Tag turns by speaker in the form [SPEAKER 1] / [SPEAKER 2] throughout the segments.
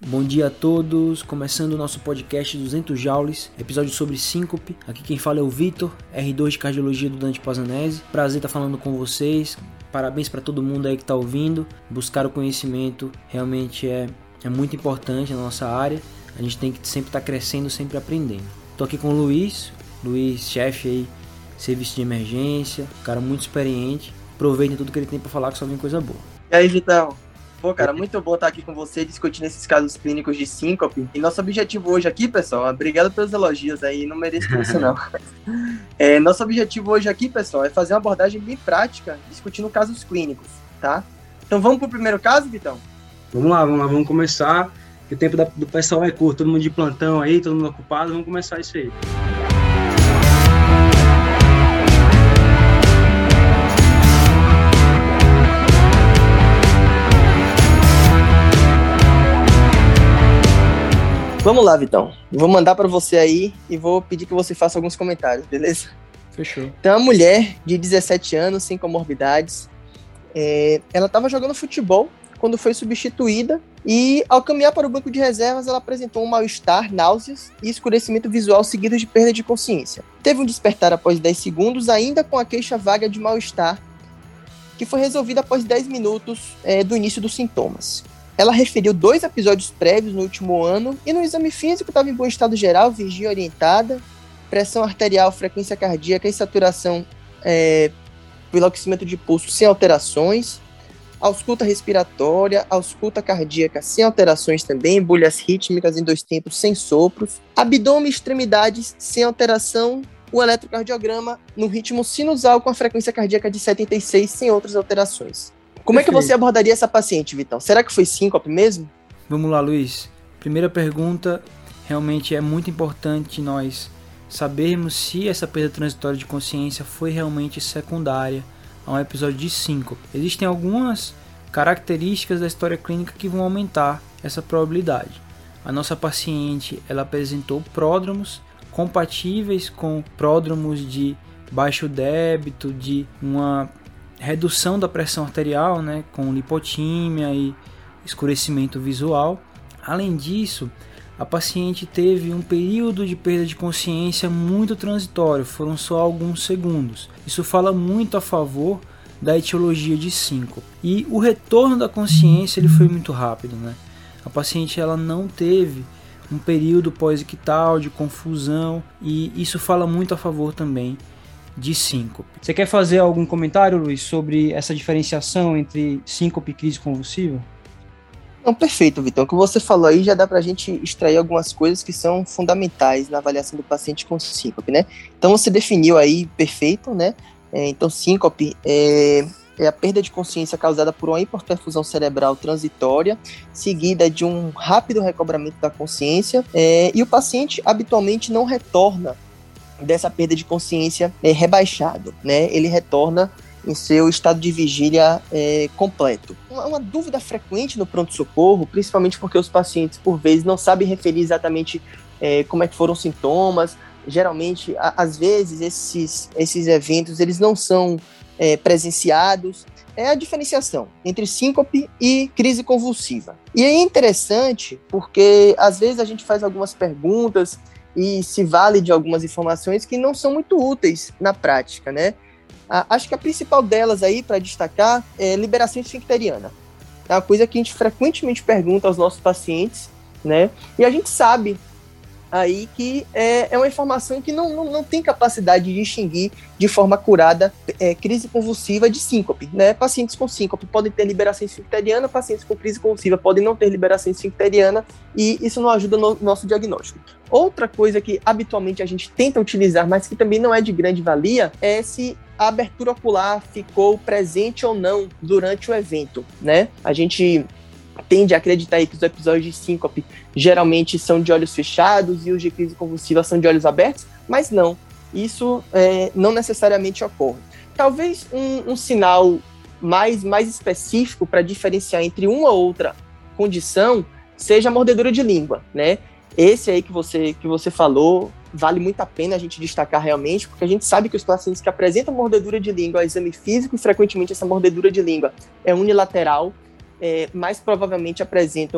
[SPEAKER 1] Bom dia a todos, começando o nosso podcast 200 Joules, episódio sobre síncope. Aqui quem fala é o Vitor, R2 de Cardiologia do Dante Pazzanese. Prazer estar falando com vocês, parabéns para todo mundo aí que está ouvindo. Buscar o conhecimento realmente é muito importante na nossa área, a gente tem que sempre estar crescendo, sempre aprendendo. Estou aqui com o Luiz, chefe aí, serviço de emergência, cara muito experiente. Aproveitem tudo que ele tem para falar que só vem coisa boa.
[SPEAKER 2] E aí, Vitão? Pô, cara, muito bom estar aqui com você discutindo esses casos clínicos de síncope. E nosso objetivo hoje aqui, pessoal, obrigado pelos elogios aí, não mereço tudo isso não. Nosso objetivo hoje aqui, pessoal, é fazer uma abordagem bem prática, discutindo casos clínicos, tá? Então vamos pro primeiro caso, Vitão?
[SPEAKER 3] Vamos lá, vamos começar. O tempo do pessoal é curto, todo mundo de plantão aí, todo mundo ocupado, vamos começar isso aí.
[SPEAKER 2] Vamos lá, Vitão. Vou mandar para você aí e vou pedir que você faça alguns comentários, beleza?
[SPEAKER 1] Fechou.
[SPEAKER 2] Então, uma mulher de 17 anos, sem comorbidades, ela estava jogando futebol quando foi substituída e, ao caminhar para o banco de reservas, ela apresentou um mal-estar, náuseas e escurecimento visual seguidos de perda de consciência. Teve um despertar após 10 segundos, ainda com a queixa vaga de mal-estar, que foi resolvida após 10 minutos do início dos sintomas. Ela referiu 2 episódios prévios no último ano e no exame físico estava em bom estado geral, vigia orientada, pressão arterial, frequência cardíaca e saturação pelo aquecimento de pulso sem alterações, ausculta respiratória, ausculta cardíaca sem alterações também, bolhas rítmicas em 2 tempos sem sopros, abdômen e extremidades sem alteração, o eletrocardiograma no ritmo sinusal com a frequência cardíaca de 76 sem outras alterações. Como é que você abordaria essa paciente, Vitão? Será que foi síncope mesmo?
[SPEAKER 1] Vamos lá, Luiz. Primeira pergunta, realmente é muito importante nós sabermos se essa perda transitória de consciência foi realmente secundária a um episódio de síncope. Existem algumas características da história clínica que vão aumentar essa probabilidade. A nossa paciente, ela apresentou pródromos compatíveis com pródromos de baixo débito, de uma redução da pressão arterial, né, com lipotímia e escurecimento visual. Além disso, a paciente teve um período de perda de consciência muito transitório, foram só alguns segundos. Isso fala muito a favor da etiologia de síncope. E o retorno da consciência ele foi muito rápido, né? A paciente ela não teve um período pós-ictal de confusão e isso fala muito a favor também de síncope. Você quer fazer algum comentário, Luiz, sobre essa diferenciação entre síncope e crise convulsiva?
[SPEAKER 2] Não, perfeito, Vitão. O que você falou aí já dá pra gente extrair algumas coisas que são fundamentais na avaliação do paciente com síncope, né? Então você definiu aí perfeito, né? Então síncope é a perda de consciência causada por uma hiperperfusão cerebral transitória, seguida de um rápido recobramento da consciência, e o paciente habitualmente não retorna dessa perda de consciência rebaixado, né? Ele retorna em seu estado de vigília completo. Uma dúvida frequente no pronto-socorro, principalmente porque os pacientes, por vezes, não sabem referir exatamente como é que foram os sintomas. Geralmente, às vezes, esses eventos eles não são presenciados. É a diferenciação entre síncope e crise convulsiva. E é interessante porque, às vezes, a gente faz algumas perguntas e se vale de algumas informações que não são muito úteis na prática, né? Acho que a principal delas aí, para destacar, é liberação esfincteriana. É uma coisa que a gente frequentemente pergunta aos nossos pacientes, né? E a gente sabe aí que é uma informação que não tem capacidade de distinguir de forma acurada crise convulsiva de síncope, né? Pacientes com síncope podem ter liberação esfincteriana, pacientes com crise convulsiva podem não ter liberação esfincteriana e isso não ajuda no nosso diagnóstico. Outra coisa que habitualmente a gente tenta utilizar, mas que também não é de grande valia, é se a abertura ocular ficou presente ou não durante o evento, né? A gente tende a acreditar aí que os episódios de síncope geralmente são de olhos fechados e os de crise convulsiva são de olhos abertos, mas não, isso não necessariamente ocorre. Talvez um sinal mais específico para diferenciar entre uma ou outra condição seja a mordedura de língua, né? Esse aí que você falou, vale muito a pena a gente destacar realmente, porque a gente sabe que os pacientes que apresentam mordedura de língua ao exame físico, e frequentemente essa mordedura de língua é unilateral, mais provavelmente apresentam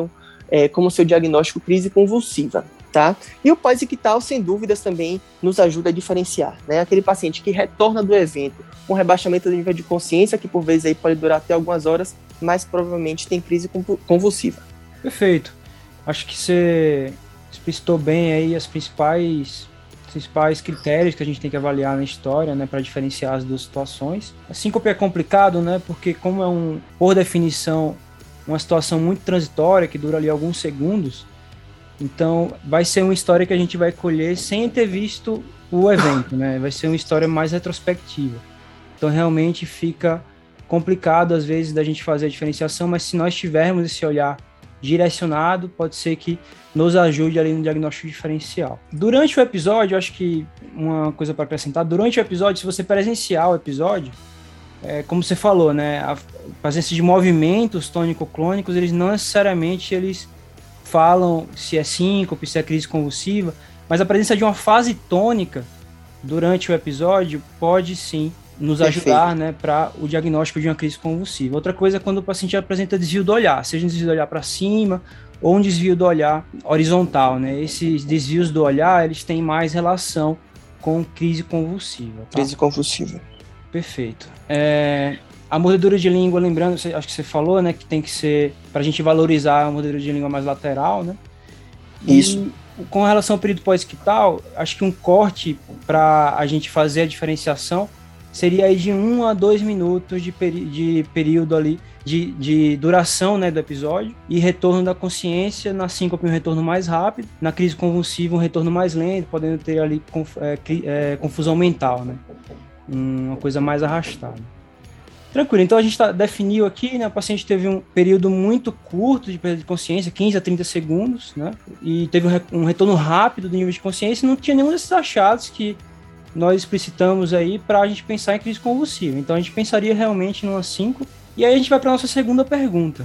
[SPEAKER 2] como seu diagnóstico crise convulsiva, tá? E o pós-ictal, sem dúvidas, também nos ajuda a diferenciar, né? Aquele paciente que retorna do evento com rebaixamento do nível de consciência, que por vezes aí pode durar até algumas horas, mas provavelmente tem crise convulsiva.
[SPEAKER 1] Perfeito. Acho que você explicitou bem aí os principais critérios que a gente tem que avaliar na história, né, para diferenciar as duas situações. A síncope é complicado, né, porque como é por definição, uma situação muito transitória, que dura ali alguns segundos, então vai ser uma história que a gente vai colher sem ter visto o evento, né, vai ser uma história mais retrospectiva. Então realmente fica complicado às vezes da gente fazer a diferenciação, mas se nós tivermos esse olhar direcionado, pode ser que nos ajude ali no diagnóstico diferencial. Durante o episódio, eu acho que uma coisa para acrescentar, durante o episódio, se você presenciar o episódio, como você falou, né, a presença de movimentos tônico-clônicos, eles não necessariamente eles falam se é síncope, se é crise convulsiva, mas a presença de uma fase tônica durante o episódio pode sim nos ajudar, né, para o diagnóstico de uma crise convulsiva. Outra coisa é quando o paciente apresenta desvio do olhar, seja um desvio do olhar para cima ou um desvio do olhar horizontal, né? Esses desvios do olhar, eles têm mais relação com crise convulsiva. Tá?
[SPEAKER 2] Crise convulsiva.
[SPEAKER 1] Perfeito. A mordedura de língua, lembrando, acho que você falou, né, que tem que ser para a gente valorizar a mordedura de língua mais lateral, né?
[SPEAKER 2] Isso.
[SPEAKER 1] E com relação ao período pós-ictal, acho que um corte para a gente fazer a diferenciação seria aí de 1 a 2 minutos de período ali, de duração, né, do episódio, e retorno da consciência, na síncope um retorno mais rápido, na crise convulsiva um retorno mais lento, podendo ter ali confusão mental, né, uma coisa mais arrastada. Tranquilo, então a gente definiu aqui, né, o paciente teve um período muito curto de perda de consciência, 15 a 30 segundos, né, e teve um retorno rápido do nível de consciência, e não tinha nenhum desses achados que nós explicitamos aí para a gente pensar em crise convulsiva. Então a gente pensaria realmente numa síncope. E aí a gente vai para a nossa segunda pergunta.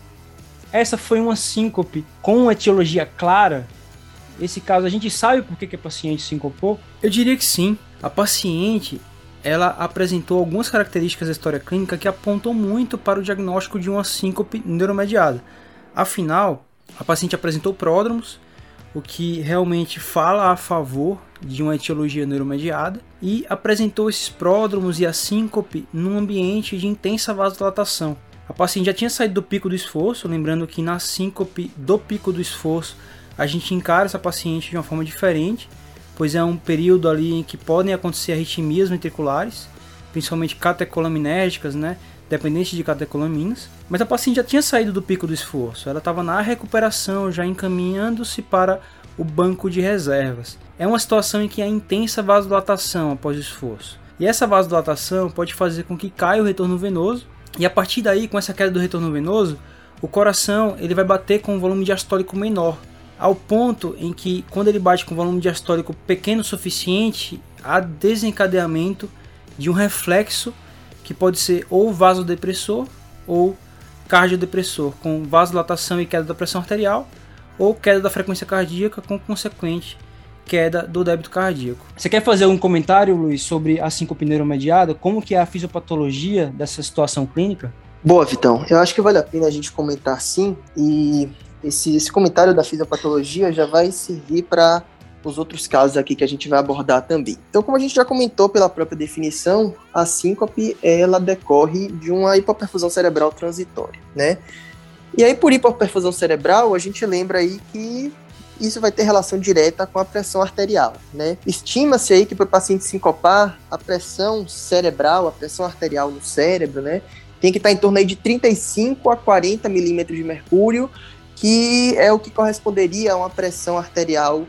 [SPEAKER 1] Essa foi uma síncope com uma etiologia clara? Esse caso, a gente sabe por que a paciente sincopou? Eu diria que sim. A paciente, ela apresentou algumas características da história clínica que apontam muito para o diagnóstico de uma síncope neuromediada. Afinal, a paciente apresentou pródromos, o que realmente fala a favor de uma etiologia neuromediada, e apresentou esses pródromos e a síncope num ambiente de intensa vasodilatação. A paciente já tinha saído do pico do esforço, lembrando que na síncope do pico do esforço a gente encara essa paciente de uma forma diferente, pois é um período ali em que podem acontecer arritmias ventriculares, principalmente catecolaminérgicas, né, dependentes de catecolaminas, mas a paciente já tinha saído do pico do esforço, ela estava na recuperação, já encaminhando-se para o banco de reservas. É uma situação em que há intensa vasodilatação após o esforço, e essa vasodilatação pode fazer com que caia o retorno venoso, e a partir daí, com essa queda do retorno venoso, o coração ele vai bater com um volume diastólico menor, ao ponto em que, quando ele bate com um volume diastólico pequeno o suficiente, há desencadeamento de um reflexo que pode ser ou vasodepressor ou cardiodepressor, com vasodilatação e queda da pressão arterial, ou queda da frequência cardíaca com consequente queda do débito cardíaco. Você quer fazer um comentário, Luiz, sobre a síncope neuromediada? Como que é a fisiopatologia dessa situação clínica?
[SPEAKER 2] Boa, Vitão. Eu acho que vale a pena a gente comentar sim, e esse comentário da fisiopatologia já vai servir para os outros casos aqui que a gente vai abordar também. Então, como a gente já comentou pela própria definição, a síncope ela decorre de uma hipoperfusão cerebral transitória, né? E aí, por hipoperfusão cerebral, a gente lembra aí que isso vai ter relação direta com a pressão arterial, né? Estima-se aí que para o paciente sincopar, a pressão cerebral, a pressão arterial no cérebro, né, tem que estar em torno aí de 35 a 40 milímetros de mercúrio, que é o que corresponderia a uma pressão arterial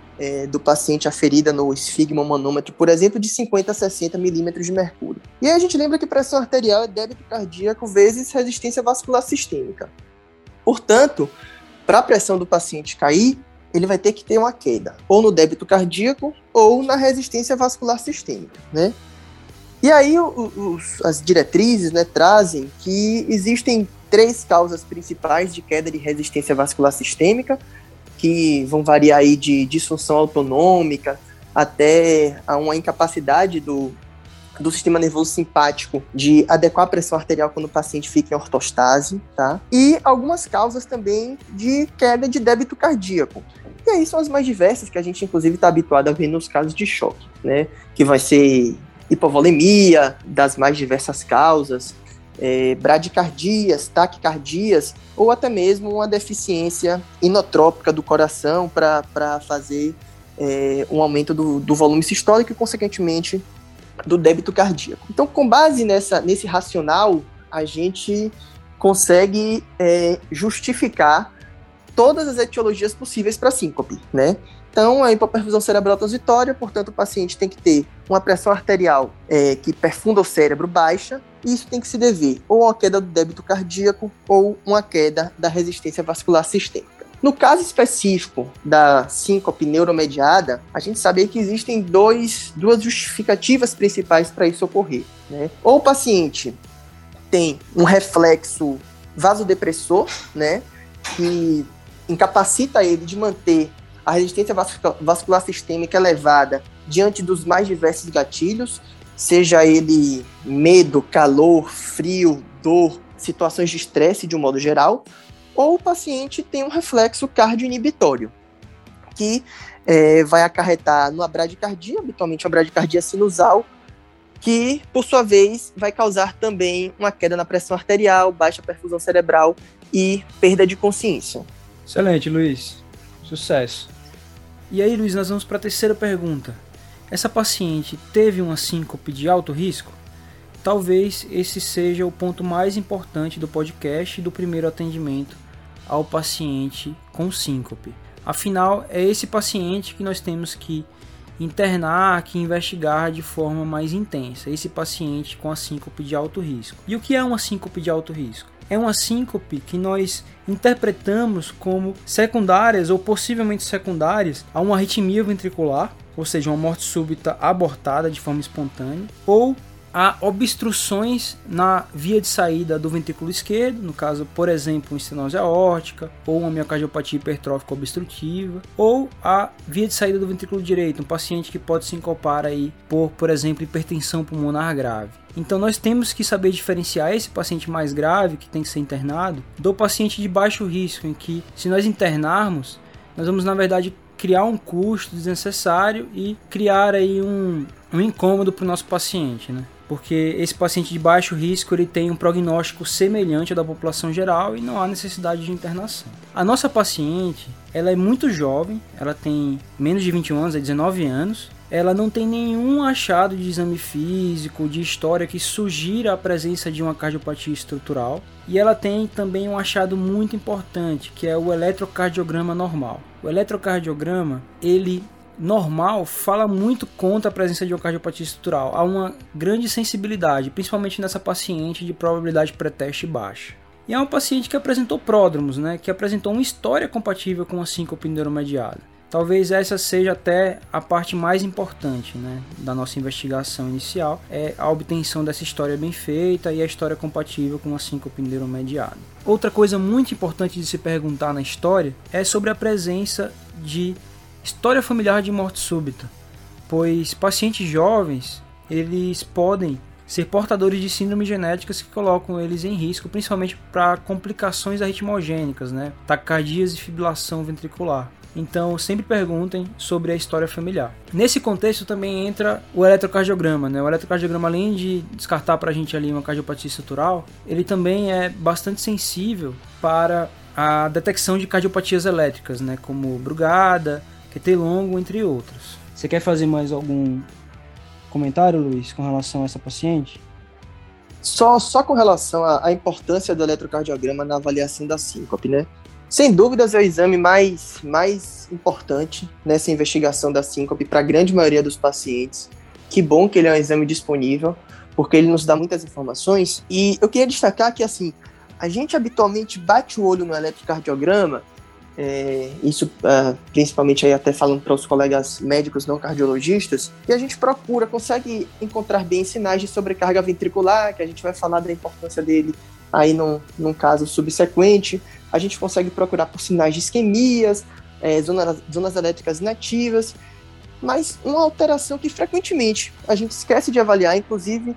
[SPEAKER 2] do paciente aferida no esfigmomanômetro, por exemplo, de 50 a 60 milímetros de mercúrio. E aí a gente lembra que pressão arterial é débito cardíaco vezes resistência vascular sistêmica. Portanto, para a pressão do paciente cair, ele vai ter que ter uma queda, ou no débito cardíaco, ou na resistência vascular sistêmica, né? E aí as diretrizes, né, trazem que existem 3 causas principais de queda de resistência vascular sistêmica, que vão variar aí de disfunção autonômica até a uma incapacidade do do sistema nervoso simpático de adequar a pressão arterial quando o paciente fica em ortostase, tá? E algumas causas também de queda de débito cardíaco. E aí são as mais diversas que a gente, inclusive, está habituado a ver nos casos de choque, né? Que vai ser hipovolemia, das mais diversas causas, bradicardias, taquicardias, ou até mesmo uma deficiência inotrópica do coração para fazer um aumento do volume sistólico e, consequentemente, do débito cardíaco. Então, com base nesse racional, a gente consegue justificar todas as etiologias possíveis para síncope, né? Então, a hipoperfusão cerebral transitória, portanto, o paciente tem que ter uma pressão arterial que perfunda o cérebro baixa, e isso tem que se dever ou a uma queda do débito cardíaco ou uma queda da resistência vascular sistêmica. No caso específico da síncope neuromediada, a gente sabe que existem duas justificativas principais para isso ocorrer, né? Ou o paciente tem um reflexo vasodepressor, né, que incapacita ele de manter a resistência vascular sistêmica elevada diante dos mais diversos gatilhos, seja ele medo, calor, frio, dor, situações de estresse de um modo geral, ou o paciente tem um reflexo cardioinibitório, que vai acarretar numa bradicardia, habitualmente uma bradicardia sinusal, que, por sua vez, vai causar também uma queda na pressão arterial, baixa perfusão cerebral e perda de consciência.
[SPEAKER 1] Excelente, Luiz. Sucesso. E aí, Luiz, nós vamos para a terceira pergunta. Essa paciente teve uma síncope de alto risco? Talvez esse seja o ponto mais importante do podcast e do primeiro atendimento ao paciente com síncope. Afinal, é esse paciente que nós temos que internar, que investigar de forma mais intensa, esse paciente com a síncope de alto risco. E o que é uma síncope de alto risco? É uma síncope que nós interpretamos como secundárias ou possivelmente secundárias a uma arritmia ventricular, ou seja, uma morte súbita abortada de forma espontânea, ou a obstruções na via de saída do ventrículo esquerdo, no caso, por exemplo, uma estenose aórtica, ou uma miocardiopatia hipertrófica obstrutiva, ou a via de saída do ventrículo direito, um paciente que pode sincopar aí por exemplo, hipertensão pulmonar grave. Então nós temos que saber diferenciar esse paciente mais grave, que tem que ser internado, do paciente de baixo risco, em que, se nós internarmos, nós vamos, na verdade, criar um custo desnecessário e criar aí um incômodo para o nosso paciente, né? Porque esse paciente de baixo risco ele tem um prognóstico semelhante ao da população geral e não há necessidade de internação. A nossa paciente, ela é muito jovem, ela tem menos de 21 anos, 19 anos, ela não tem nenhum achado de exame físico, de história que sugira a presença de uma cardiopatia estrutural, e ela tem também um achado muito importante, que é o eletrocardiograma normal. O eletrocardiograma, ele normal, fala muito contra a presença de uma cardiopatia estrutural. Há uma grande sensibilidade, principalmente nessa paciente de probabilidade pré-teste baixa. E é uma paciente que apresentou pródromos, né, que apresentou uma história compatível com a síncope neuromediada. Talvez essa seja até a parte mais importante, né, da nossa investigação inicial, é a obtenção dessa história bem feita e a história compatível com a síncope neuromediada. Outra coisa muito importante de se perguntar na história é sobre a presença de história familiar de morte súbita, pois pacientes jovens, eles podem ser portadores de síndromes genéticas que colocam eles em risco, principalmente para complicações arritmogênicas, né? Taquicardias e fibrilação ventricular. Então, sempre perguntem sobre a história familiar. Nesse contexto também entra o eletrocardiograma, né? O eletrocardiograma, além de descartar para a gente ali uma cardiopatia estrutural, ele também é bastante sensível para a detecção de cardiopatias elétricas, né? Como Brugada, QT longo, entre outros. Você quer fazer mais algum comentário, Luiz, com relação a essa paciente?
[SPEAKER 2] Só com relação à importância do eletrocardiograma na avaliação da síncope, né? Sem dúvidas é o exame mais importante nessa investigação da síncope para a grande maioria dos pacientes. Que bom que ele é um exame disponível, porque ele nos dá muitas informações. E eu queria destacar que, assim, a gente habitualmente bate o olho no eletrocardiograma, isso principalmente aí até falando para os colegas médicos não cardiologistas, e a gente consegue encontrar bem sinais de sobrecarga ventricular, que a gente vai falar da importância dele aí num caso subsequente. A gente consegue procurar por sinais de isquemias, zonas elétricas inativas, mas uma alteração que frequentemente a gente esquece de avaliar, inclusive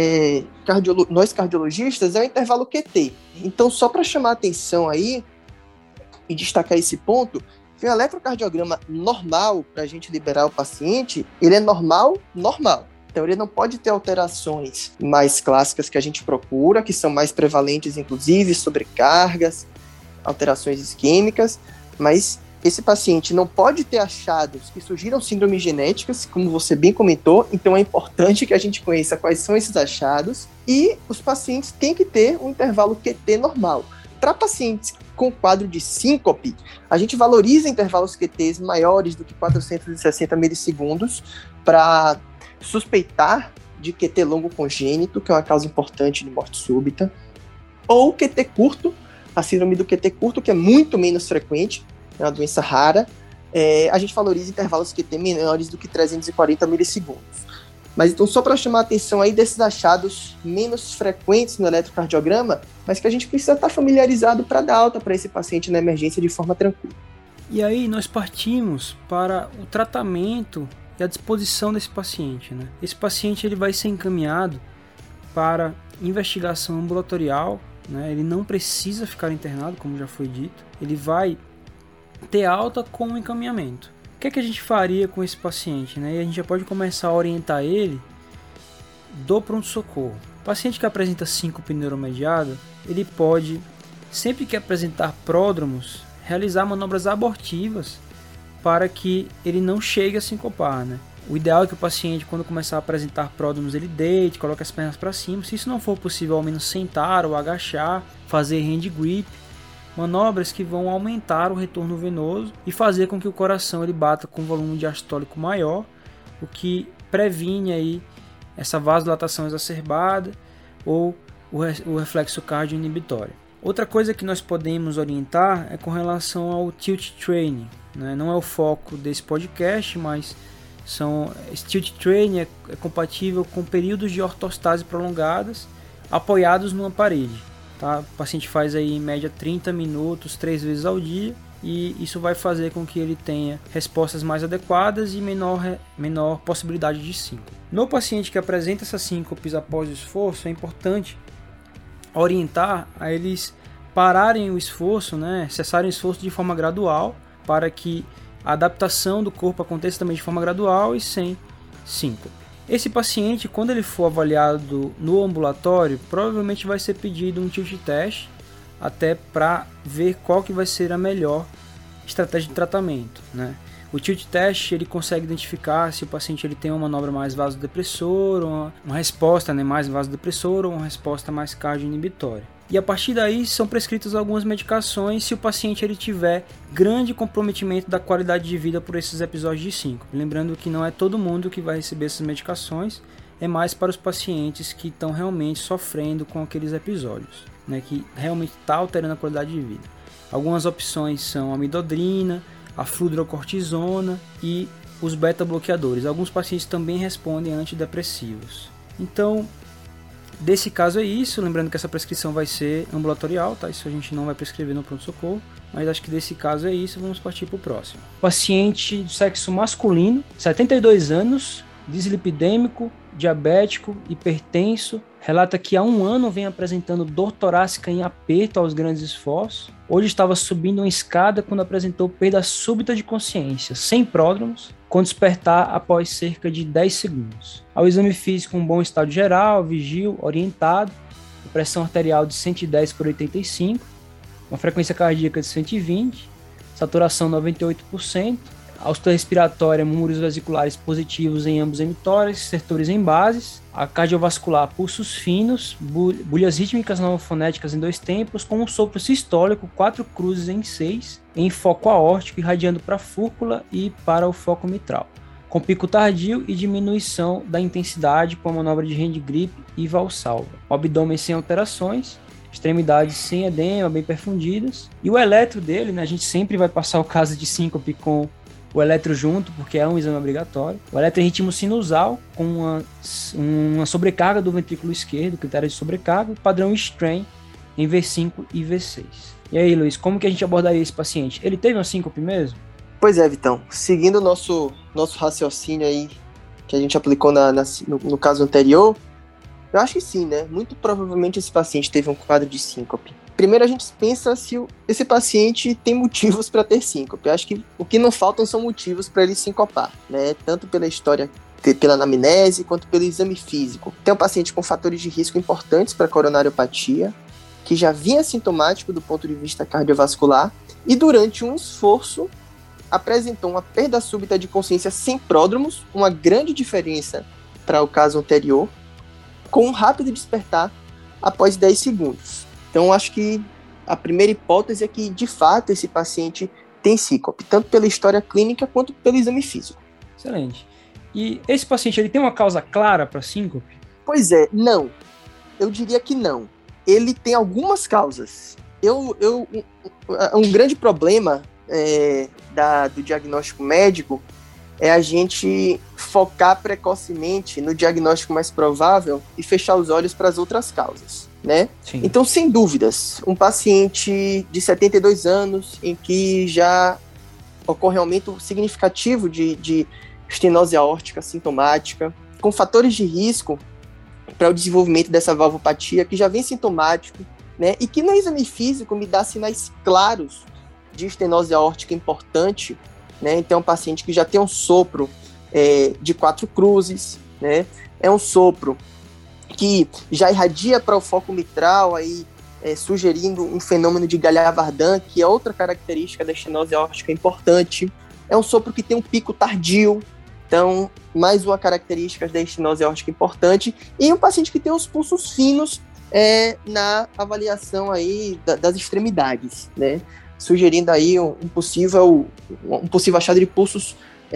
[SPEAKER 2] nós cardiologistas, é o intervalo QT. Então, só para chamar a atenção aí e destacar esse ponto, que o eletrocardiograma normal, para a gente liberar o paciente, ele é normal. Então, ele não pode ter alterações mais clássicas que a gente procura, que são mais prevalentes, inclusive, sobrecargas, alterações isquêmicas, mas esse paciente não pode ter achados que surgiram síndromes genéticas, como você bem comentou, então é importante que a gente conheça quais são esses achados, e os pacientes têm que ter um intervalo QT normal. Para pacientes com quadro de síncope, a gente valoriza intervalos QTs maiores do que 460 milissegundos para suspeitar de QT longo congênito, que é uma causa importante de morte súbita, ou QT curto, a síndrome do QT curto, que é muito menos frequente, é uma doença rara. A gente valoriza intervalos QT menores do que 340 milissegundos. Mas então, só para chamar a atenção aí desses achados menos frequentes no eletrocardiograma, mas que a gente precisa estar familiarizado para dar alta para esse paciente na emergência de forma tranquila.
[SPEAKER 1] E aí nós partimos para o tratamento e a disposição desse paciente, né? Esse paciente ele vai ser encaminhado para investigação ambulatorial, né? Ele não precisa ficar internado, como já foi dito. Ele vai ter alta com o encaminhamento. O que é que a gente faria com esse paciente, né? E a gente já pode começar a orientar ele do pronto-socorro. O paciente que apresenta síncope neuromediada, ele pode, sempre que apresentar pródromos, realizar manobras abortivas para que ele não chegue a sincopar, né? O ideal é que o paciente, quando começar a apresentar pródromos, ele deite, coloque as pernas para cima. Se isso não for possível, ao menos sentar ou agachar, fazer hand grip, manobras que vão aumentar o retorno venoso e fazer com que o coração ele bata com um volume diastólico maior, o que previne aí essa vasodilatação exacerbada ou o reflexo cardio inibitório. Outra coisa que nós podemos orientar é com relação ao tilt training, né? Não é o foco desse podcast, mas esse tilt training é compatível com períodos de ortostase prolongadas apoiados numa parede. Tá? O paciente faz aí em média 30 minutos 3 vezes ao dia, e isso vai fazer com que ele tenha respostas mais adequadas e menor possibilidade de síncope. No paciente que apresenta essas síncopes após o esforço, é importante orientar a eles pararem o esforço, né? Cessarem o esforço de forma gradual, para que a adaptação do corpo aconteça também de forma gradual e sem síncope. Esse paciente, quando ele for avaliado no ambulatório, provavelmente vai ser pedido um tilt test, até para ver qual que vai ser a melhor estratégia de tratamento, né? O tilt test ele consegue identificar se o paciente ele tem uma manobra mais vasodepressora, uma resposta, né, mais vasodepressora ou uma resposta mais cardioinibitória. E a partir daí são prescritas algumas medicações se o paciente ele tiver grande comprometimento da qualidade de vida por esses episódios de síncope. Lembrando que não é todo mundo que vai receber essas medicações, é mais para os pacientes que estão realmente sofrendo com aqueles episódios, né, que realmente está alterando a qualidade de vida. Algumas opções são a amidodrina, a fludrocortisona e os beta-bloqueadores. Alguns pacientes também respondem a antidepressivos. Então, desse caso é isso, lembrando que essa prescrição vai ser ambulatorial, tá? Isso a gente não vai prescrever no pronto-socorro, mas acho que desse caso é isso, vamos partir para o próximo. Paciente do sexo masculino, 72 anos, dislipidêmico, diabético, hipertenso, relata que há 1 ano vem apresentando dor torácica em aperto aos grandes esforços. Hoje estava subindo uma escada quando apresentou perda súbita de consciência, sem pródromos, com despertar após cerca de 10 segundos. Ao exame físico, um bom estado geral, vigil, orientado, pressão arterial de 110/85, uma frequência cardíaca de 120, saturação 98%, auscultação respiratória, músculos vesiculares positivos em ambos hemitórax, setores em bases, a cardiovascular, pulsos finos, bulhas rítmicas não fonéticas em 2 tempos, com um sopro sistólico, 4 cruzes em 6, em foco aórtico, irradiando para a fúrcula e para o foco mitral, com pico tardio e diminuição da intensidade com a manobra de hand grip e valsalva. O abdômen sem alterações, extremidades sem edema, bem perfundidas, e o eletro dele, né, a gente sempre vai passar o caso de síncope com o eletro junto, porque é um exame obrigatório. O eletro em ritmo sinusal, com uma sobrecarga do ventrículo esquerdo, critério de sobrecarga, padrão strain em V5 e V6. E aí, Luiz, como que a gente abordaria esse paciente? Ele teve uma síncope mesmo?
[SPEAKER 2] Pois é, Vitão. Seguindo o nosso raciocínio aí, que a gente aplicou no caso anterior, eu acho que sim, né? Muito provavelmente esse paciente teve um quadro de síncope. Primeiro a gente pensa se esse paciente tem motivos para ter síncope. Eu acho que o que não faltam são motivos para ele sincopar, né? Tanto pela história, pela anamnese, quanto pelo exame físico. Tem um paciente com fatores de risco importantes para coronariopatia, que já vinha sintomático do ponto de vista cardiovascular, e durante um esforço apresentou uma perda súbita de consciência sem pródromos, uma grande diferença para o caso anterior, com um rápido despertar após 10 segundos. Então, acho que a primeira hipótese é que, de fato, esse paciente tem síncope, tanto pela história clínica quanto pelo exame físico.
[SPEAKER 1] Excelente. E esse paciente, ele tem uma causa clara para síncope?
[SPEAKER 2] Pois é, não. Eu diria que não. Ele tem algumas causas. Um grande problema do diagnóstico médico é a gente focar precocemente no diagnóstico mais provável e fechar os olhos para as outras causas, né?
[SPEAKER 1] Sim.
[SPEAKER 2] Então, sem dúvidas, um paciente de 72 anos em que já ocorre um aumento significativo de estenose aórtica sintomática, com fatores de risco para o desenvolvimento dessa valvopatia, que já vem sintomático, né? E que no exame físico me dá sinais claros de estenose aórtica importante, né? Então, é um paciente que já tem um sopro de 4 cruzes, né? É um sopro que já irradia para o foco mitral, aí, sugerindo um fenômeno de Galliard-Vardan, que é outra característica da estenose aórtica importante. É um sopro que tem um pico tardio, então, mais uma característica da estenose aórtica importante. E um paciente que tem os pulsos finos na avaliação aí das extremidades, né? Sugerindo aí um possível achado de pulso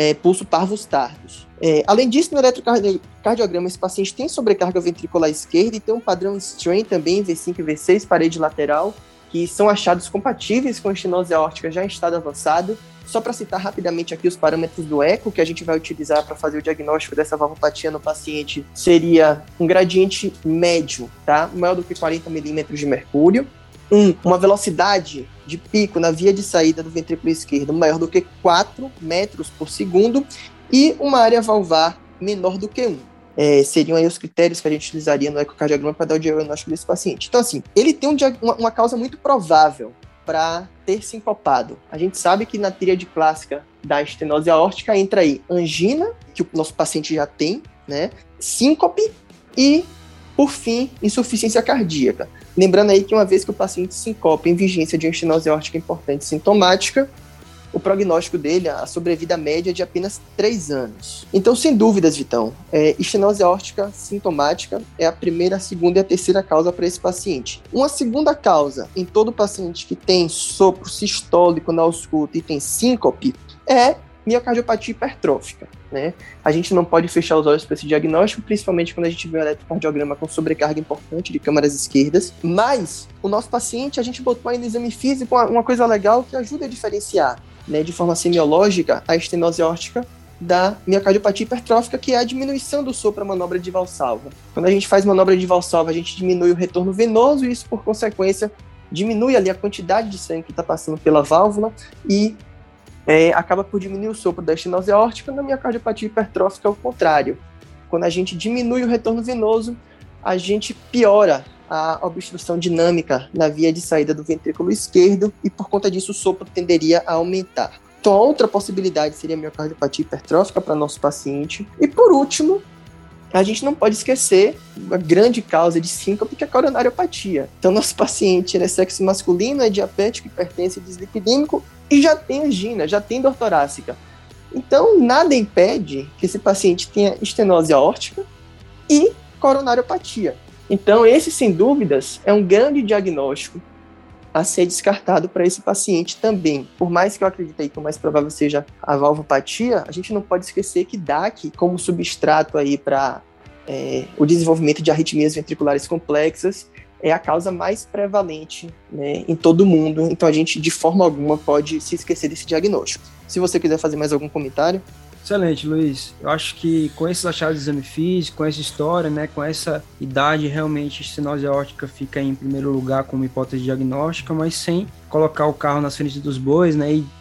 [SPEAKER 2] parvos tardos. Além disso, no eletrocardiograma, esse paciente tem sobrecarga ventricular esquerda e tem um padrão strain também, V5 e V6, parede lateral, que são achados compatíveis com estenose aórtica já em estado avançado. Só para citar rapidamente aqui os parâmetros do eco que a gente vai utilizar para fazer o diagnóstico dessa valvopatia no paciente, seria um gradiente médio, tá? Maior do que 40 milímetros de mercúrio. Uma velocidade de pico na via de saída do ventrículo esquerdo maior do que 4 metros por segundo e uma área valvar menor do que 1. Seriam aí os critérios que a gente utilizaria no ecocardiograma para dar o diagnóstico desse paciente. Então, assim, ele tem uma causa muito provável para ter sincopado. A gente sabe que na tríade clássica da estenose aórtica entra aí angina, que o nosso paciente já tem, né? Síncope e, por fim, insuficiência cardíaca. Lembrando aí que uma vez que o paciente sincope em vigência de uma estenose aórtica importante sintomática, o prognóstico dele, a sobrevida média é de apenas 3 anos. Então, sem dúvidas, Vitão, estenose aórtica sintomática é a primeira, a segunda e a terceira causa para esse paciente. Uma segunda causa em todo paciente que tem sopro sistólico na ausculta e tem síncope é miocardiopatia hipertrófica, né? A gente não pode fechar os olhos para esse diagnóstico, principalmente quando a gente vê um eletrocardiograma com sobrecarga importante de câmaras esquerdas, mas o nosso paciente, a gente botou aí no exame físico uma coisa legal que ajuda a diferenciar, né, de forma semiológica, a estenose aórtica da miocardiopatia hipertrófica, que é a diminuição do sopro à manobra de Valsalva. Quando a gente faz manobra de Valsalva, a gente diminui o retorno venoso e isso, por consequência, diminui ali a quantidade de sangue que está passando pela válvula e acaba por diminuir o sopro da estenose aórtica. Na miocardiopatia hipertrófica é o contrário. Quando a gente diminui o retorno venoso, a gente piora a obstrução dinâmica na via de saída do ventrículo esquerdo e, por conta disso, o sopro tenderia a aumentar. Então, a outra possibilidade seria a miocardiopatia hipertrófica para nosso paciente. E, por último, a gente não pode esquecer a grande causa de síncope, que é a coronariopatia. Então, nosso paciente é sexo masculino, é diabético, hipertenso e dislipidêmico e já tem angina, já tem dor torácica. Então, nada impede que esse paciente tenha estenose aórtica e coronariopatia. Então, esse, sem dúvidas, é um grande diagnóstico a ser descartado para esse paciente também. Por mais que eu acredite aí que o mais provável seja a valvopatia, a gente não pode esquecer que DAC, como substrato aí para o desenvolvimento de arritmias ventriculares complexas, é a causa mais prevalente, né, em todo o mundo. Então, a gente, de forma alguma, pode se esquecer desse diagnóstico. Se você quiser fazer mais algum comentário.
[SPEAKER 1] Excelente, Luiz. Eu acho que com esses achados de exame físico, com essa história, né, com essa idade, realmente a estenose aórtica fica em primeiro lugar como hipótese diagnóstica, mas sem colocar o carro na frente dos bois, né, e de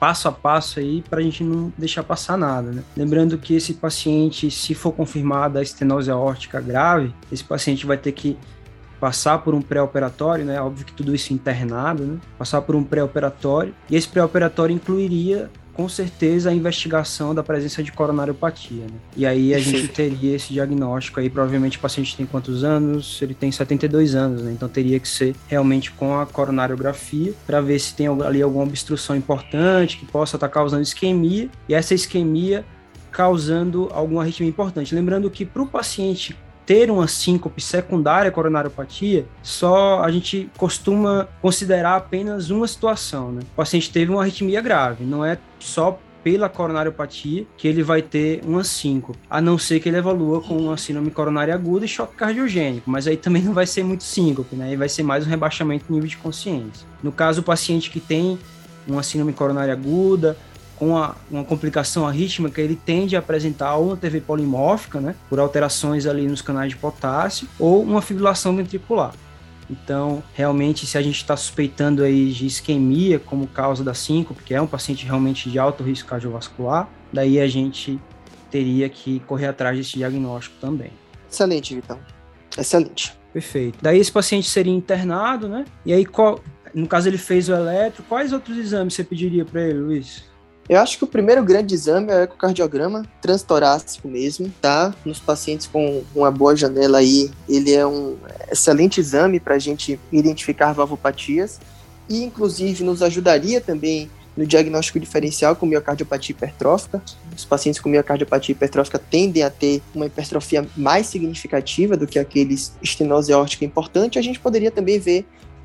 [SPEAKER 1] passo a passo aí para a gente não deixar passar nada, né? Lembrando que esse paciente, se for confirmada a estenose aórtica grave, esse paciente vai ter que passar por um pré-operatório, né? Óbvio que tudo isso internado, né? Passar por um pré-operatório, e esse pré-operatório incluiria, com certeza, a investigação da presença de coronariopatia, né? E aí a gente teria esse diagnóstico aí, provavelmente o paciente tem quantos anos? Ele tem 72 anos, né? Então teria que ser realmente com a coronariografia para ver se tem ali alguma obstrução importante que possa estar causando isquemia, e essa isquemia causando alguma arritmia importante. Lembrando que para o paciente ter uma síncope secundária à coronariopatia, só a gente costuma considerar apenas uma situação, né? O paciente teve uma arritmia grave, não é só pela coronariopatia que ele vai ter uma síncope, a não ser que ele evolua com uma síndrome coronária aguda e choque cardiogênico, mas aí também não vai ser muito síncope, né? Aí vai ser mais um rebaixamento do nível de consciência. No caso, o paciente que tem uma síndrome coronária aguda, com uma complicação arrítmica, ele tende a apresentar ou uma TV polimórfica, né, por alterações ali nos canais de potássio, ou uma fibrilação ventricular. Então, realmente, se a gente está suspeitando aí de isquemia como causa da síncope, que é um paciente realmente de alto risco cardiovascular, daí a gente teria que correr atrás desse diagnóstico também.
[SPEAKER 2] Excelente, Vitão. Excelente.
[SPEAKER 1] Perfeito. Daí esse paciente seria internado, né? E aí, no caso ele fez o eletro, quais outros exames você pediria para ele, Luiz?
[SPEAKER 2] Eu acho que o primeiro grande exame é o ecocardiograma transtorácico mesmo, tá? Nos pacientes com uma boa janela aí, ele é um excelente exame para a gente identificar valvopatias e, inclusive, nos ajudaria também no diagnóstico diferencial com miocardiopatia hipertrófica. Os pacientes com miocardiopatia hipertrófica tendem a ter uma hipertrofia mais significativa do que aqueles estenose aórtica importante. A gente poderia também ver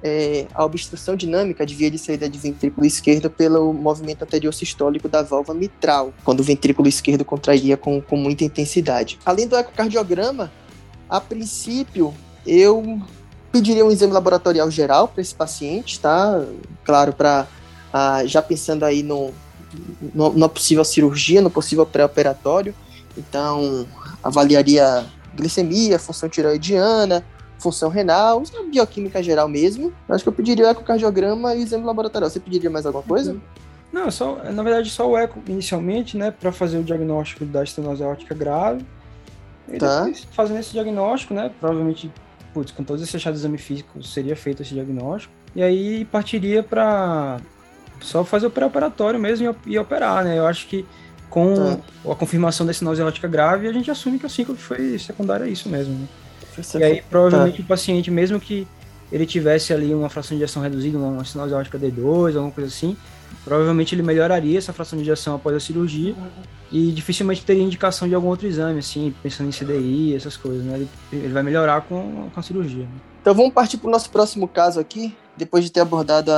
[SPEAKER 2] a obstrução dinâmica de via de saída de ventrículo esquerdo pelo movimento anterior sistólico da válvula mitral, quando o ventrículo esquerdo contrairia com muita intensidade. Além do ecocardiograma, a princípio, eu pediria um exame laboratorial geral para esse paciente, tá? Claro, já pensando aí na possível cirurgia, no possível pré-operatório. Então, avaliaria glicemia, função tireoidiana, função renal, bioquímica geral mesmo. Acho que eu pediria o ecocardiograma e o exame laboratorial. Você pediria mais alguma coisa?
[SPEAKER 1] Não, na verdade só o eco inicialmente, né, para fazer o diagnóstico da estenose aórtica grave. E depois, fazendo esse diagnóstico, né, provavelmente, com todos esses achados de exame físico, seria feito esse diagnóstico. E aí partiria para só fazer o pré-operatório mesmo e operar, né? Eu acho que com a confirmação da estenose aórtica grave, a gente assume que a síncope foi secundária a isso mesmo, né? E aí, provavelmente, o paciente, mesmo que ele tivesse ali uma fração de ejeção reduzida, uma estenose aórtica D2, alguma coisa assim, provavelmente ele melhoraria essa fração de ejeção após a cirurgia e dificilmente teria indicação de algum outro exame, assim, pensando em CDI, essas coisas, né? Ele vai melhorar com a cirurgia. Né?
[SPEAKER 2] Então, vamos partir para o nosso próximo caso aqui, depois de ter abordado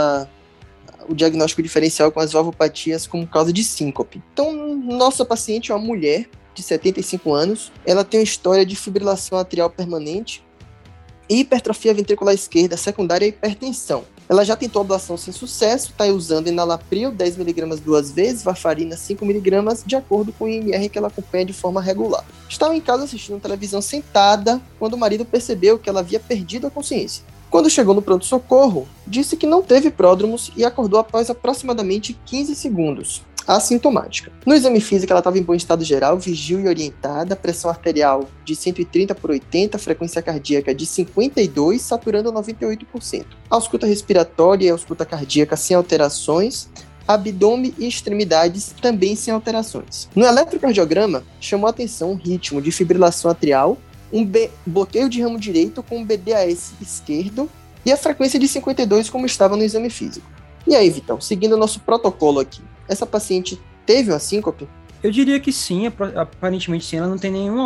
[SPEAKER 2] o diagnóstico diferencial com as valvopatias como causa de síncope. Então, nossa paciente é uma mulher de 75 anos, ela tem uma história de fibrilação atrial permanente e hipertrofia ventricular esquerda secundária à hipertensão. Ela já tentou ablação sem sucesso, está usando enalapril 10mg 2 vezes, varfarina 5mg, de acordo com o IMR que ela acompanha de forma regular. Estava em casa assistindo televisão sentada, quando o marido percebeu que ela havia perdido a consciência. Quando chegou no pronto-socorro, disse que não teve pródromos e acordou após aproximadamente 15 segundos. Assintomática. No exame físico, ela estava em bom estado geral, vigil e orientada, pressão arterial de 130/80, frequência cardíaca de 52, saturando 98%. Ausculta respiratória e ausculta cardíaca sem alterações, abdômen e extremidades também sem alterações. No eletrocardiograma, chamou a atenção um ritmo de fibrilação atrial, bloqueio de ramo direito com um BDAS esquerdo e a frequência de 52 como estava no exame físico. E aí, Vitão, seguindo o nosso protocolo aqui, essa paciente teve uma síncope?
[SPEAKER 1] Eu diria que sim, aparentemente sim, ela não tem nenhum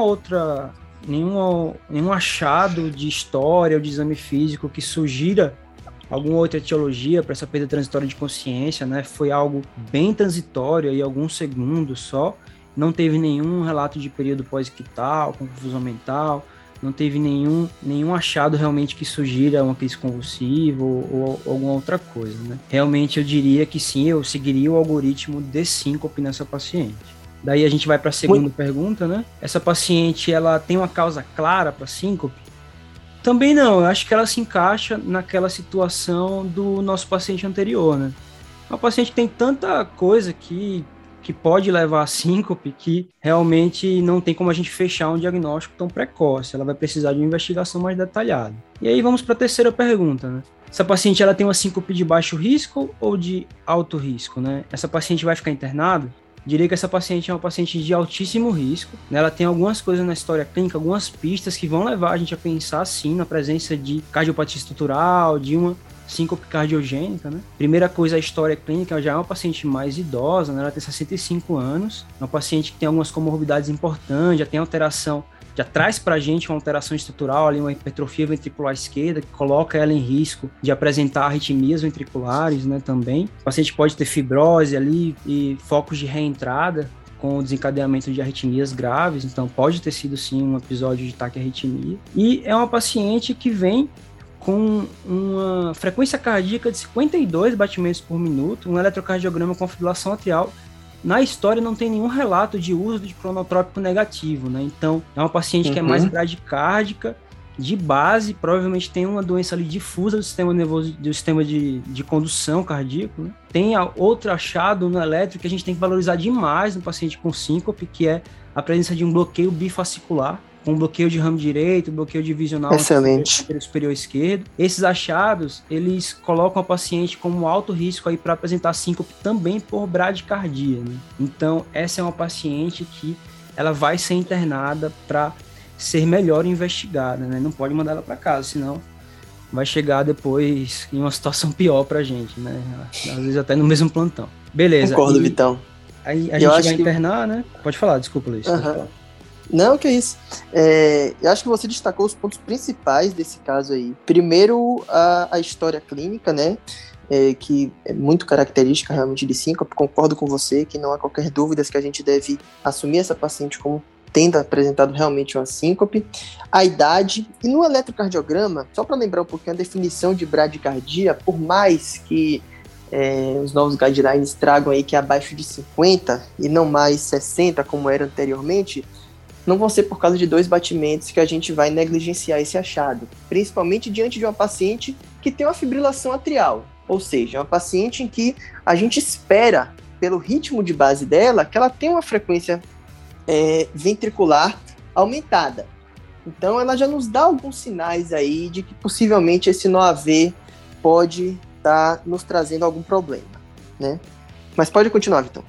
[SPEAKER 1] achado de história ou de exame físico que sugira alguma outra etiologia para essa perda transitória de consciência, né? Foi algo bem transitório, aí alguns segundos só, não teve nenhum relato de período pós-ictal, confusão mental, não teve nenhum achado realmente que sugira uma crise convulsiva ou alguma outra coisa, né? Realmente eu diria que sim, eu seguiria o algoritmo de síncope nessa paciente. Daí a gente vai para a segunda pergunta, né? Essa paciente, ela tem uma causa clara para síncope? Também não, eu acho que ela se encaixa naquela situação do nosso paciente anterior, né? uma paciente que tem tanta coisa que pode levar a síncope, que realmente não tem como a gente fechar um diagnóstico tão precoce. Ela vai precisar de uma investigação mais detalhada. E aí vamos para a terceira pergunta, né? Essa paciente ela tem uma síncope de baixo risco ou de alto risco, né? Essa paciente vai ficar internada? Diria que essa paciente é uma paciente de altíssimo risco, né? Ela tem algumas coisas na história clínica, algumas pistas que vão levar a gente a pensar, sim, na presença de cardiopatia estrutural, de uma síncope cardiogênica, né? Primeira coisa, a história clínica, já é uma paciente mais idosa, né? Ela tem 65 anos, é uma paciente que tem algumas comorbidades importantes, já tem alteração, já traz pra gente uma alteração estrutural, ali uma hipertrofia ventricular esquerda, que coloca ela em risco de apresentar arritmias ventriculares, né, também. O paciente pode ter fibrose ali e focos de reentrada com o desencadeamento de arritmias graves, então pode ter sido sim um episódio de taquiarritmia. E é uma paciente que vem com uma frequência cardíaca de 52 batimentos por minuto, um eletrocardiograma com fibrilação atrial. Na história não tem nenhum relato de uso de cronotrópico negativo, né? Então é uma paciente que é mais bradicárdica, de base, provavelmente tem uma doença ali difusa do sistema nervoso, do sistema de condução cardíaco, né? Tem outro achado no eletro que a gente tem que valorizar demais no paciente com síncope, que é a presença de um bloqueio bifascicular, com bloqueio de ramo direito, bloqueio divisional superior esquerdo. Esses achados, eles colocam a paciente como alto risco aí para apresentar síncope também por bradicardia, né? Então, essa é uma paciente que ela vai ser internada para ser melhor investigada, né? Não pode mandar ela para casa, senão vai chegar depois em uma situação pior para a gente, né? Às vezes até no mesmo plantão. Beleza.
[SPEAKER 2] Concordo, Vitão.
[SPEAKER 1] Aí a gente vai internar, né? Pode falar, desculpa, Luiz.
[SPEAKER 2] Não, que é isso. Eu acho que você destacou os pontos principais desse caso aí. Primeiro, a história clínica, né? Que é muito característica realmente de síncope. Concordo com você que não há qualquer dúvida que a gente deve assumir essa paciente como tendo apresentado realmente uma síncope. A idade. E no eletrocardiograma, só para lembrar um pouquinho a definição de bradicardia, por mais que os novos guidelines tragam aí que é abaixo de 50 e não mais 60, como era anteriormente, não vão ser por causa de 2 batimentos que a gente vai negligenciar esse achado, principalmente diante de uma paciente que tem uma fibrilação atrial, ou seja, uma paciente em que a gente espera, pelo ritmo de base dela, que ela tenha uma frequência ventricular aumentada. Então ela já nos dá alguns sinais aí de que possivelmente esse NOAV pode estar nos trazendo algum problema, né? Mas pode continuar, Vitão.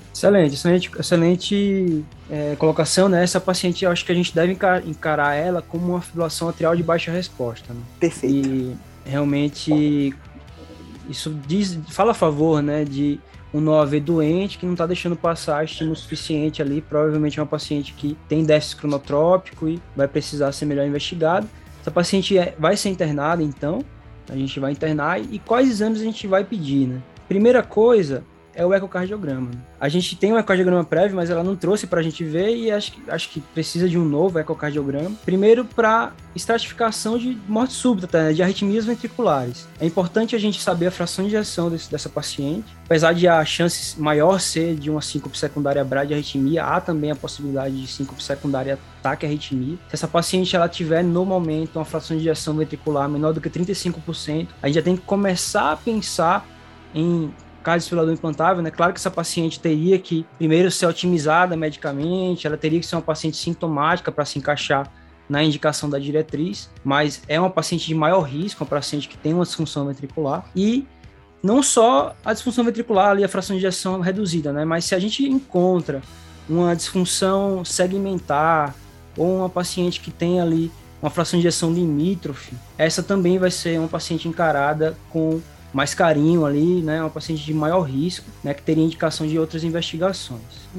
[SPEAKER 1] Excelente colocação, né? Essa paciente, eu acho que a gente deve encarar ela como uma fibrilação atrial de baixa resposta, né?
[SPEAKER 2] Perfeito.
[SPEAKER 1] E realmente isso fala a favor, né, de um NOAV doente que não está deixando passar estímulo suficiente ali. Provavelmente é uma paciente que tem déficit cronotrópico e vai precisar ser melhor investigada. Essa paciente vai ser internada, então. A gente vai internar. E quais exames a gente vai pedir, né? Primeira coisa é o ecocardiograma. A gente tem um ecocardiograma prévio, mas ela não trouxe para a gente ver e acho que precisa de um novo ecocardiograma. Primeiro, para estratificação de morte súbita, de arritmias ventriculares. É importante a gente saber a fração de ejeção dessa paciente. Apesar de a chance maior ser de uma síncope secundária bradiarritmia, há também a possibilidade de síncope secundária taquiarritmia. Se essa paciente ela tiver no momento uma fração de ejeção ventricular menor do que 35%, a gente já tem que começar a pensar em cardiodesfibrilador implantável, né? Claro que essa paciente teria que primeiro ser otimizada medicamente, ela teria que ser uma paciente sintomática para se encaixar na indicação da diretriz, mas é uma paciente de maior risco, uma paciente que tem uma disfunção ventricular e não só a disfunção ventricular ali, a fração de ejeção reduzida, né? Mas se a gente encontra uma disfunção segmentar ou uma paciente que tem ali uma fração de ejeção limítrofe, essa também vai ser uma paciente encarada com mais carinho ali, né, uma paciente de maior risco, né, que teria indicação de outras investigações.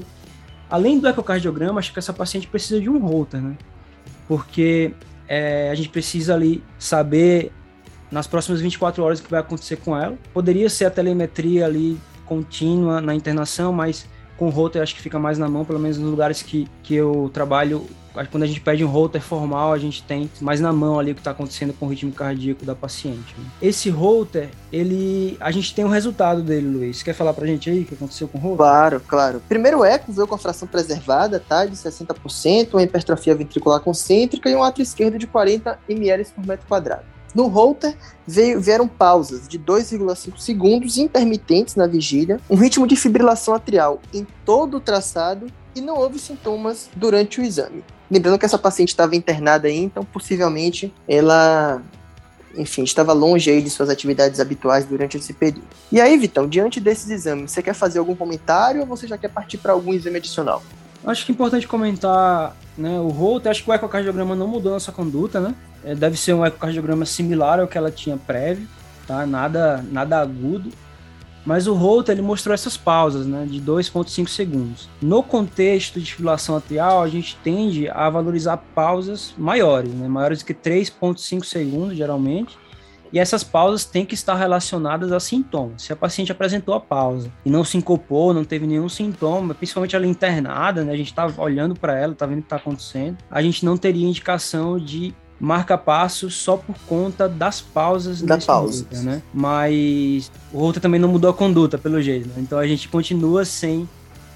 [SPEAKER 1] Além do ecocardiograma, acho que essa paciente precisa de um Holter, né, porque a gente precisa ali saber nas próximas 24 horas o que vai acontecer com ela. Poderia ser a telemetria ali contínua na internação, mas com o Holter acho que fica mais na mão, pelo menos nos lugares que eu trabalho. Quando a gente pede um Holter formal, a gente tem mais na mão ali o que está acontecendo com o ritmo cardíaco da paciente, né? Esse Holter, a gente tem o resultado dele, Luiz. Quer falar pra gente aí o que aconteceu com o Holter?
[SPEAKER 2] Claro. Primeiro o eco veio com a fração preservada, tá? De 60%, uma hipertrofia ventricular concêntrica e um átrio esquerdo de 40 ml por metro quadrado. No Holter, vieram pausas de 2,5 segundos intermitentes na vigília, um ritmo de fibrilação atrial em todo o traçado e não houve sintomas durante o exame. Lembrando que essa paciente estava internada aí, então possivelmente ela, enfim, estava longe aí de suas atividades habituais durante esse período. E aí, Vitão, diante desses exames, você quer fazer algum comentário ou você já quer partir para algum exame adicional?
[SPEAKER 1] Acho que é importante comentar, né, o Holter. Acho que o ecocardiograma não mudou nossa conduta, né? Deve ser um ecocardiograma similar ao que ela tinha prévio, tá? Nada agudo. Mas o Holter, ele mostrou essas pausas, né, de 2,5 segundos. No contexto de fibrilação atrial, a gente tende a valorizar pausas maiores, né, maiores que 3,5 segundos, geralmente. E essas pausas têm que estar relacionadas a sintomas. Se a paciente apresentou a pausa e não sincopou, não teve nenhum sintoma, principalmente ela internada, né, a gente está olhando para ela, está vendo o que está acontecendo, a gente não teria indicação de marca-passo só por conta das pausas
[SPEAKER 2] da pausa,
[SPEAKER 1] Holter, né? Mas o Holter também não mudou a conduta, pelo jeito, né? Então a gente continua sem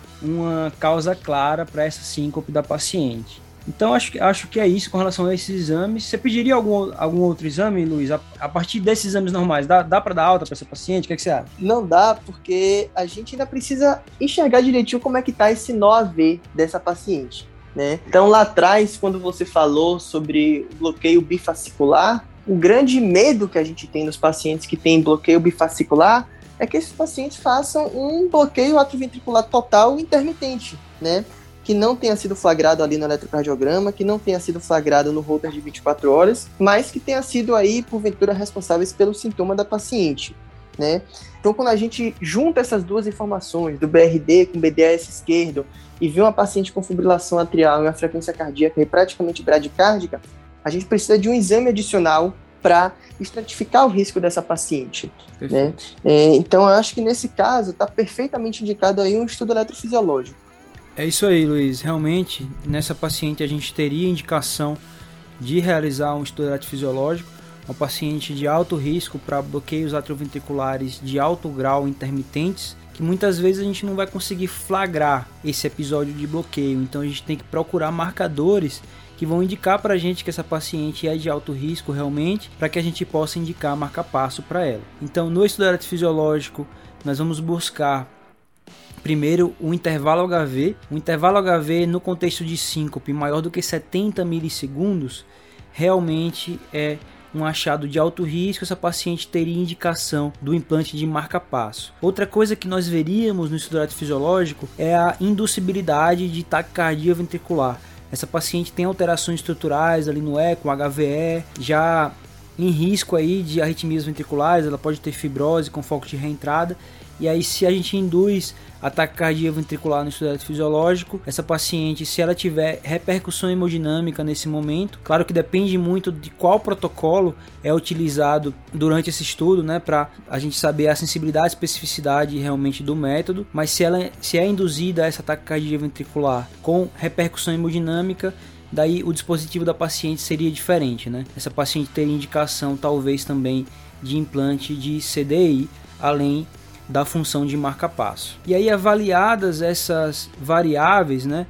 [SPEAKER 1] uma causa clara para essa síncope da paciente. Então acho que é isso com relação a esses exames. Você pediria algum outro exame, Luiz? A partir desses exames normais, dá para dar alta para essa paciente? O que você acha?
[SPEAKER 2] Não dá, porque a gente ainda precisa enxergar direitinho como é que está esse nó AV dessa paciente, né? Então, lá atrás, quando você falou sobre bloqueio bifascicular, o grande medo que a gente tem nos pacientes que têm bloqueio bifascicular é que esses pacientes façam um bloqueio atrioventricular total intermitente, né? Que não tenha sido flagrado ali no eletrocardiograma, que não tenha sido flagrado no Holter de 24 horas, mas que tenha sido aí, porventura, responsáveis pelo sintoma da paciente, né? Então, quando a gente junta essas duas informações, do BRD com BDAS esquerdo, e vê uma paciente com fibrilação atrial e uma frequência cardíaca praticamente bradicárdica, a gente precisa de um exame adicional para estratificar o risco dessa paciente, né? Então, eu acho que nesse caso está perfeitamente indicado aí um estudo eletrofisiológico.
[SPEAKER 1] É isso aí, Luiz. Realmente, nessa paciente a gente teria indicação de realizar um estudo eletrofisiológico, uma paciente de alto risco para bloqueios atrioventriculares de alto grau intermitentes, que muitas vezes a gente não vai conseguir flagrar esse episódio de bloqueio. Então a gente tem que procurar marcadores que vão indicar para a gente que essa paciente é de alto risco realmente, para que a gente possa indicar marca-passo para ela. Então, no estudo eletrofisiológico, nós vamos buscar primeiro o intervalo HV. O intervalo HV no contexto de síncope maior do que 70 milissegundos realmente é um achado de alto risco. Essa paciente teria indicação do implante de marca-passo. Outra coisa que nós veríamos no estudo eletrofisiológico é a inducibilidade de taquicardia ventricular. Essa paciente tem alterações estruturais ali no eco, HVE, já em risco aí de arritmias ventriculares, ela pode ter fibrose com foco de reentrada. E aí, se a gente induz a taquicardia ventricular no estudo eletrofisiológico, essa paciente, se ela tiver repercussão hemodinâmica nesse momento, claro que depende muito de qual protocolo é utilizado durante esse estudo, né, para a gente saber a sensibilidade e especificidade realmente do método, mas se é induzida essa taquicardia ventricular com repercussão hemodinâmica, daí o dispositivo da paciente seria diferente, né? Essa paciente teria indicação talvez também de implante de CDI, além da função de marca-passo. E aí, avaliadas essas variáveis, né,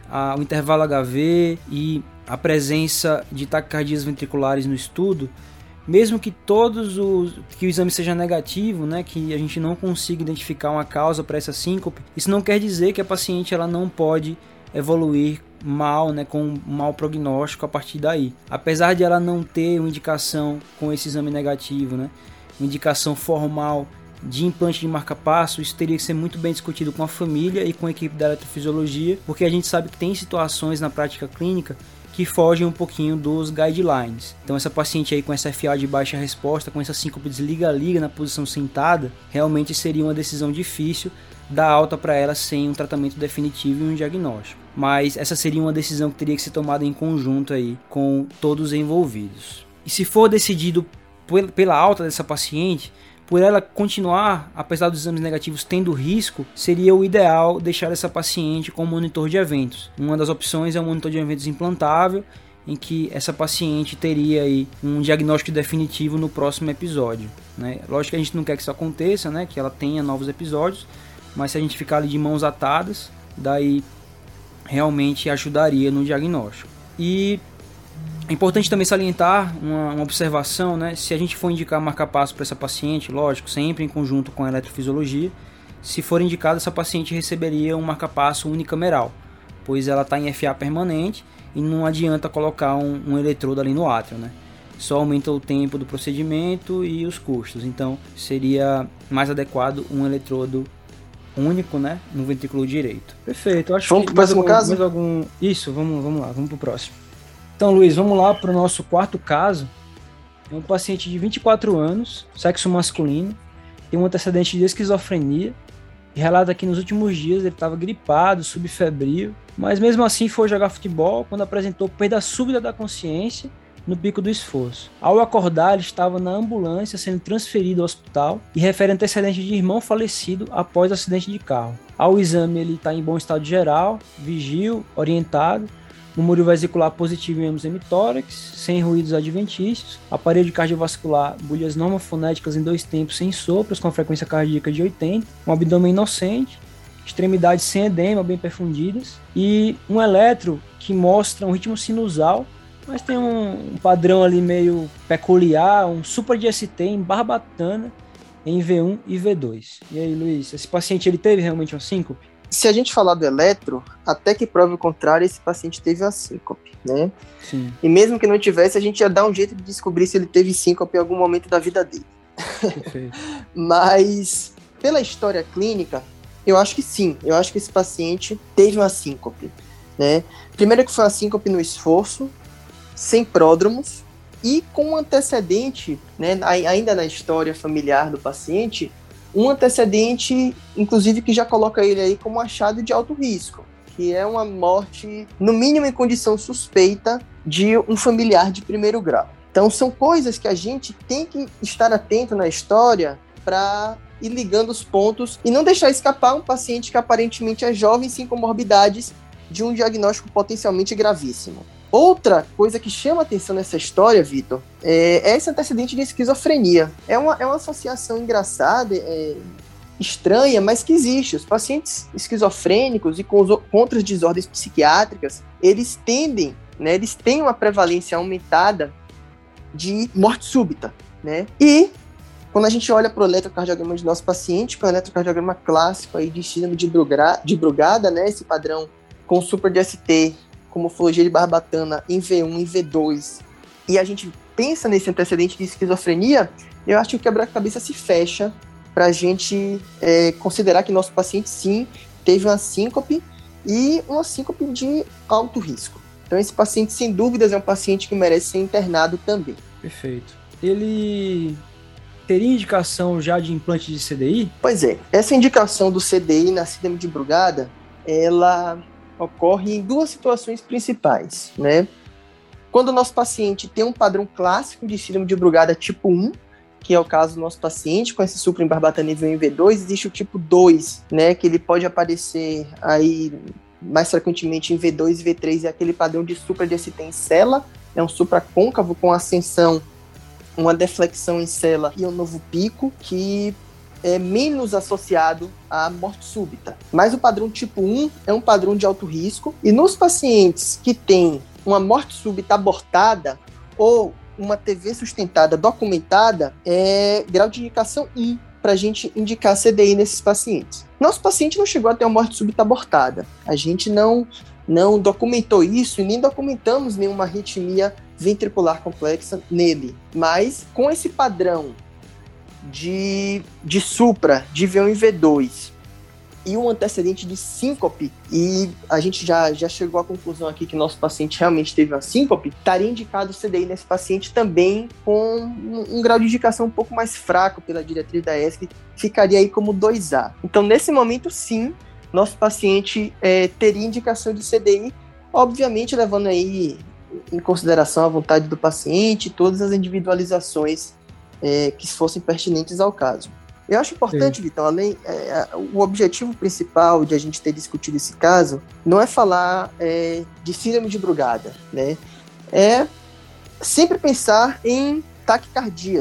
[SPEAKER 1] o intervalo HV e a presença de taquicardias ventriculares no estudo, mesmo que que o exame seja negativo, né, que a gente não consiga identificar uma causa para essa síncope, isso não quer dizer que a paciente ela não pode evoluir mal, né, com um mau prognóstico a partir daí. Apesar de ela não ter uma indicação com esse exame negativo, né, uma indicação formal de implante de marca-passo, isso teria que ser muito bem discutido com a família e com a equipe da eletrofisiologia, porque a gente sabe que tem situações na prática clínica que fogem um pouquinho dos guidelines. Então essa paciente aí com essa FA de baixa resposta, com essa síncope desliga-liga na posição sentada, realmente seria uma decisão difícil dar alta para ela sem um tratamento definitivo e um diagnóstico. Mas essa seria uma decisão que teria que ser tomada em conjunto aí com todos os envolvidos. E se for decidido pela alta dessa paciente, por ela continuar, apesar dos exames negativos, tendo risco, seria o ideal deixar essa paciente com monitor de eventos. Uma das opções é um monitor de eventos implantável, em que essa paciente teria aí um diagnóstico definitivo no próximo episódio, né? Lógico que a gente não quer que isso aconteça, né? Que ela tenha novos episódios, mas se a gente ficar ali de mãos atadas, daí realmente ajudaria no diagnóstico. E É importante também salientar uma observação, né? Se a gente for indicar marca-passo para essa paciente, lógico, sempre em conjunto com a eletrofisiologia, se for indicado, essa paciente receberia um marca-passo unicameral, pois ela está em FA permanente e não adianta colocar um eletrodo ali no átrio, né? Só aumenta o tempo do procedimento e os custos, então seria mais adequado um eletrodo único, né, no ventrículo direito. Perfeito, acho
[SPEAKER 2] vamos
[SPEAKER 1] que
[SPEAKER 2] pro próximo caso?
[SPEAKER 1] Isso, vamos lá, vamos pro próximo. Então, Luiz, vamos lá para o nosso quarto caso. É um paciente de 24 anos, sexo masculino, tem um antecedente de esquizofrenia e relata que nos últimos dias ele estava gripado, subfebril, mas mesmo assim foi jogar futebol quando apresentou perda súbita da consciência no pico do esforço. Ao acordar, ele estava na ambulância sendo transferido ao hospital e refere antecedente de irmão falecido após acidente de carro. Ao exame, ele está em bom estado geral, vigil, orientado, murmúrio vesicular positivo em ambos hemitórax, sem ruídos adventícios, aparelho cardiovascular, bulhas normofonéticas em 2 tempos sem sopros, com frequência cardíaca de 80, um abdômen inocente, extremidades sem edema, bem perfundidas, e um eletro que mostra um ritmo sinusal, mas tem um padrão ali meio peculiar, um supra de ST em barbatana, em V1 e V2. E aí, Luiz, esse paciente ele teve realmente uma síncope?
[SPEAKER 2] Se a gente falar do eletro, até que prove o contrário, esse paciente teve uma síncope, né?
[SPEAKER 1] Sim.
[SPEAKER 2] E mesmo que não tivesse, a gente ia dar um jeito de descobrir se ele teve síncope em algum momento da vida dele.
[SPEAKER 1] Perfeito.
[SPEAKER 2] Mas, pela história clínica, eu acho que sim. Eu acho que esse paciente teve uma síncope, né? Primeiro que foi uma síncope no esforço, sem pródromos, e com um antecedente, né, ainda na história familiar do paciente, um antecedente, inclusive, que já coloca ele aí como achado de alto risco, que é uma morte, no mínimo em condição suspeita, de um familiar de primeiro grau. Então, são coisas que a gente tem que estar atento na história para ir ligando os pontos e não deixar escapar um paciente que aparentemente é jovem, sem comorbidades, de um diagnóstico potencialmente gravíssimo. Outra coisa que chama atenção nessa história, Vitor, é esse antecedente de esquizofrenia. É uma associação engraçada, estranha, mas que existe. Os pacientes esquizofrênicos e com outras desordens psiquiátricas, eles tendem, né, eles têm uma prevalência aumentada de morte súbita, né? E quando a gente olha para o eletrocardiograma de nosso paciente, que é um eletrocardiograma clássico aí de síndrome de Brugada, né, esse padrão com super DST, com morfologia de barbatana em V1 e V2, e a gente pensa nesse antecedente de esquizofrenia, eu acho que o quebra-cabeça se fecha para a gente considerar que nosso paciente, sim, teve uma síncope, e uma síncope de alto risco. Então, esse paciente, sem dúvidas, é um paciente que merece ser internado também.
[SPEAKER 1] Perfeito. Ele teria indicação já de implante de CDI?
[SPEAKER 2] Pois é, essa indicação do CDI na síndrome de Brugada, ela ocorre em 2 situações principais, né? Quando o nosso paciente tem um padrão clássico de síndrome de Brugada tipo 1, que é o caso do nosso paciente, com esse supra em barbatana nível 1 e V2, existe o tipo 2, né, que ele pode aparecer aí mais frequentemente em V2 e V3, é aquele padrão de supra de ST em cela, é um supra côncavo com ascensão, uma deflexão em cela e um novo pico, que é menos associado à morte súbita. Mas o padrão tipo 1 é um padrão de alto risco, e nos pacientes que têm uma morte súbita abortada ou uma TV sustentada documentada, é grau de indicação 1 para a gente indicar CDI nesses pacientes. Nosso paciente não chegou a ter uma morte súbita abortada. A gente não documentou isso e nem documentamos nenhuma arritmia ventricular complexa nele. Mas com esse padrão de supra, de V1 e V2, e um antecedente de síncope, e a gente já chegou à conclusão aqui que nosso paciente realmente teve uma síncope, estaria indicado o CDI nesse paciente também, com um grau de indicação um pouco mais fraco pela diretriz da ESC, ficaria aí como 2A. Então, nesse momento, sim, nosso paciente teria indicação de CDI, obviamente levando aí em consideração a vontade do paciente, todas as individualizações que fossem pertinentes ao caso. Eu acho importante, Vitão, o objetivo principal de a gente ter discutido esse caso não é falar de síndrome de Brugada, né? É sempre pensar em taquicardias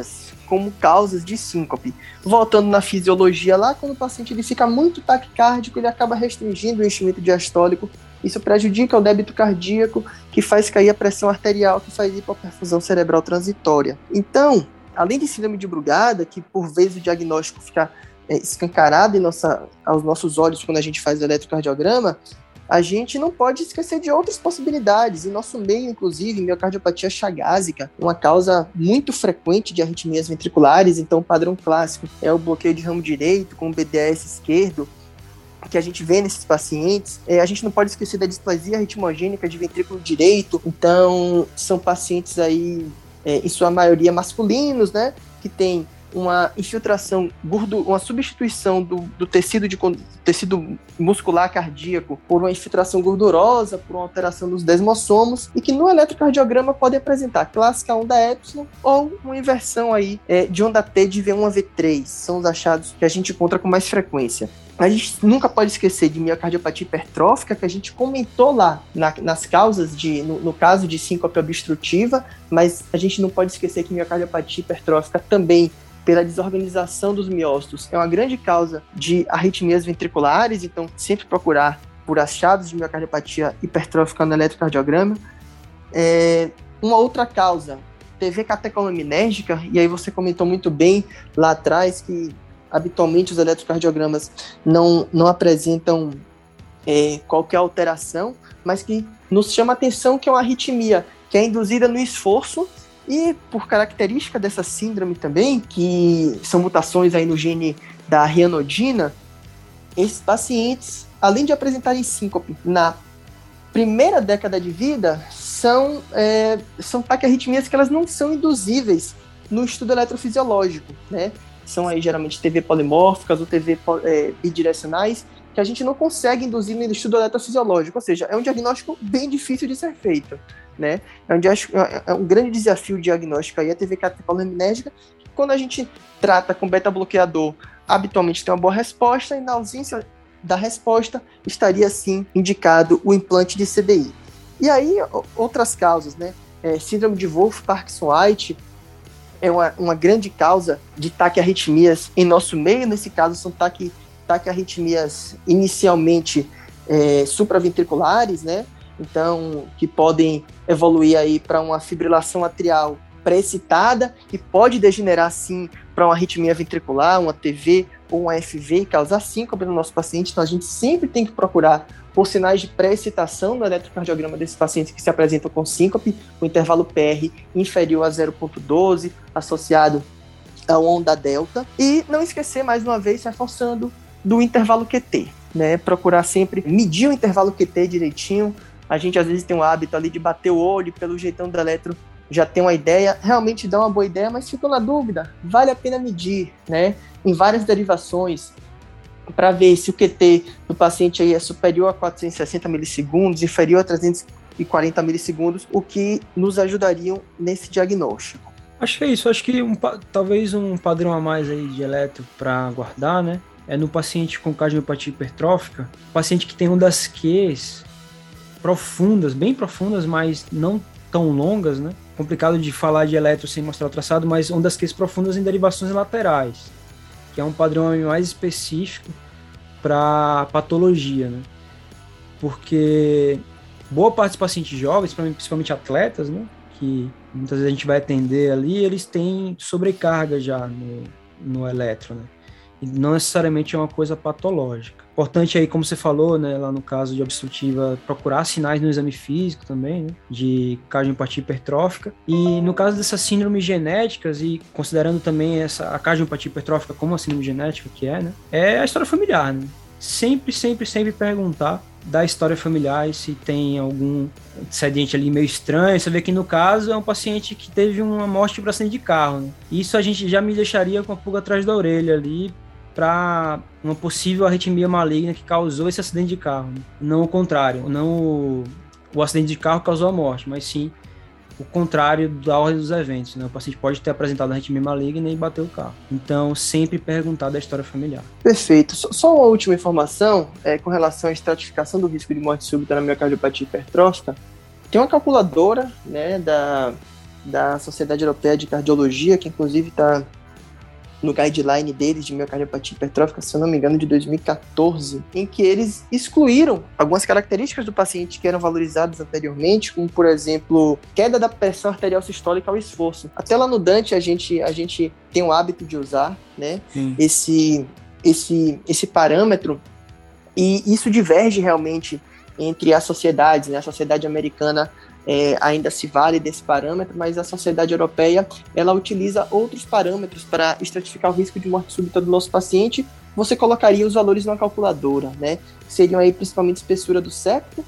[SPEAKER 2] como causas de síncope. Voltando na fisiologia lá, quando o paciente ele fica muito taquicárdico, ele acaba restringindo o enchimento diastólico. Isso prejudica o débito cardíaco, que faz cair a pressão arterial, que faz hipoperfusão cerebral transitória. Então, além de síndrome de Brugada, que por vezes o diagnóstico fica escancarado aos nossos olhos quando a gente faz o eletrocardiograma, a gente não pode esquecer de outras possibilidades. Em nosso meio, inclusive, miocardiopatia chagásica, uma causa muito frequente de arritmias ventriculares. Então, o padrão clássico é o bloqueio de ramo direito com o BDS esquerdo, que a gente vê nesses pacientes. A gente não pode esquecer da displasia ritmogênica de ventrículo direito. Então, são pacientes aí, em sua maioria masculinos, né, que tem uma infiltração, uma substituição do tecido muscular cardíaco por uma infiltração gordurosa, por uma alteração dos desmossomos, e que no eletrocardiograma pode apresentar clássica onda epsilon ou uma inversão aí de onda T de V1 a V3. São os achados que a gente encontra com mais frequência. A gente nunca pode esquecer de miocardiopatia hipertrófica, que a gente comentou lá nas causas, no caso de síncope obstrutiva, mas a gente não pode esquecer que miocardiopatia hipertrófica também, pela desorganização dos miócitos, é uma grande causa de arritmias ventriculares. Então sempre procurar por achados de miocardiopatia hipertrófica no eletrocardiograma. Uma outra causa, TV catecolinérgica, e aí você comentou muito bem lá atrás que habitualmente os eletrocardiogramas não apresentam qualquer alteração, mas que nos chama a atenção que é uma arritmia que é induzida no esforço. E por característica dessa síndrome também, que são mutações aí no gene da rianodina, esses pacientes, além de apresentarem síncope na primeira década de vida, são taquiarritmias que elas não são induzíveis no estudo eletrofisiológico, né? São aí geralmente TV polimórficas ou TV bidirecionais, que a gente não consegue induzir no estudo eletrofisiológico, ou seja, é um diagnóstico bem difícil de ser feito, né? É um grande desafio diagnóstico aí a TV catecolinérgica, que quando a gente trata com beta-bloqueador, habitualmente tem uma boa resposta, e na ausência da resposta, estaria sim indicado o implante de CDI. E aí, outras causas, né? Síndrome de Wolff-Parkinson-White é uma grande causa de taquiarritmias em nosso meio. Nesse caso, são taquiarritmias inicialmente supraventriculares, né? Então, que podem evoluir aí para uma fibrilação atrial pré-excitada, que pode degenerar, sim, para uma arritmia ventricular, uma TV ou uma FV, e causar síncope no nosso paciente. Então, a gente sempre tem que procurar por sinais de pré-excitação no eletrocardiograma desses pacientes que se apresentam com síncope, o intervalo PR inferior a 0,12, associado a onda delta. E não esquecer, mais uma vez, reforçando, do intervalo QT, né? Procurar sempre medir o intervalo QT direitinho. A gente, às vezes, tem o hábito ali de bater o olho, pelo jeitão do eletro, já tem uma ideia, realmente dá uma boa ideia, mas ficou na dúvida, vale a pena medir, né? Em várias derivações, para ver se o QT do paciente aí é superior a 460 milissegundos, inferior a 340 milissegundos, o que nos ajudariam nesse diagnóstico.
[SPEAKER 1] Acho que é isso, acho que talvez um padrão a mais aí de eletro para guardar, né? É no paciente com cardiopatia hipertrófica, paciente que tem ondas Qs profundas, bem profundas, mas não tão longas, né? Complicado de falar de eletro sem mostrar o traçado, mas ondas Qs profundas em derivações laterais, que é um padrão mais específico para patologia, né? Porque boa parte dos pacientes jovens, principalmente atletas, né? Que muitas vezes a gente vai atender ali, eles têm sobrecarga já no eletro, né? E não necessariamente é uma coisa patológica. Importante aí, como você falou, né, lá no caso de obstrutiva, procurar sinais no exame físico também, né, de cardiopatia hipertrófica. E no caso dessas síndromes genéticas, e considerando também a cardiopatia hipertrófica como uma síndrome genética que né, é a história familiar, né? Sempre perguntar da história familiar, se tem algum antecedente ali meio estranho. Você vê que no caso é um paciente que teve uma morte por acidente de carro, né? Isso a gente já me deixaria com a pulga atrás da orelha ali, para uma possível arritmia maligna que causou esse acidente de carro, né? Não o contrário, não o acidente de carro causou a morte, mas sim o contrário da ordem dos eventos, né? O paciente pode ter apresentado arritmia maligna e bater o carro. Então, sempre perguntar da história familiar.
[SPEAKER 2] Perfeito. Só uma última informação com relação à estratificação do risco de morte súbita na miocardiopatia hipertrófica. Tem uma calculadora, né, da Sociedade Europeia de Cardiologia, que inclusive está no guideline deles de miocardiopatia hipertrófica, se eu não me engano, de 2014, em que eles excluíram algumas características do paciente que eram valorizadas anteriormente, como, por exemplo, queda da pressão arterial sistólica ao esforço. Até lá no Dante a gente tem o hábito de usar, né, esse parâmetro, e isso diverge realmente entre as sociedades, né? A sociedade americana ainda se vale desse parâmetro, mas a sociedade europeia, ela utiliza outros parâmetros para estratificar o risco de morte súbita do nosso paciente. Você colocaria os valores numa calculadora, né? Seriam aí principalmente espessura do septo,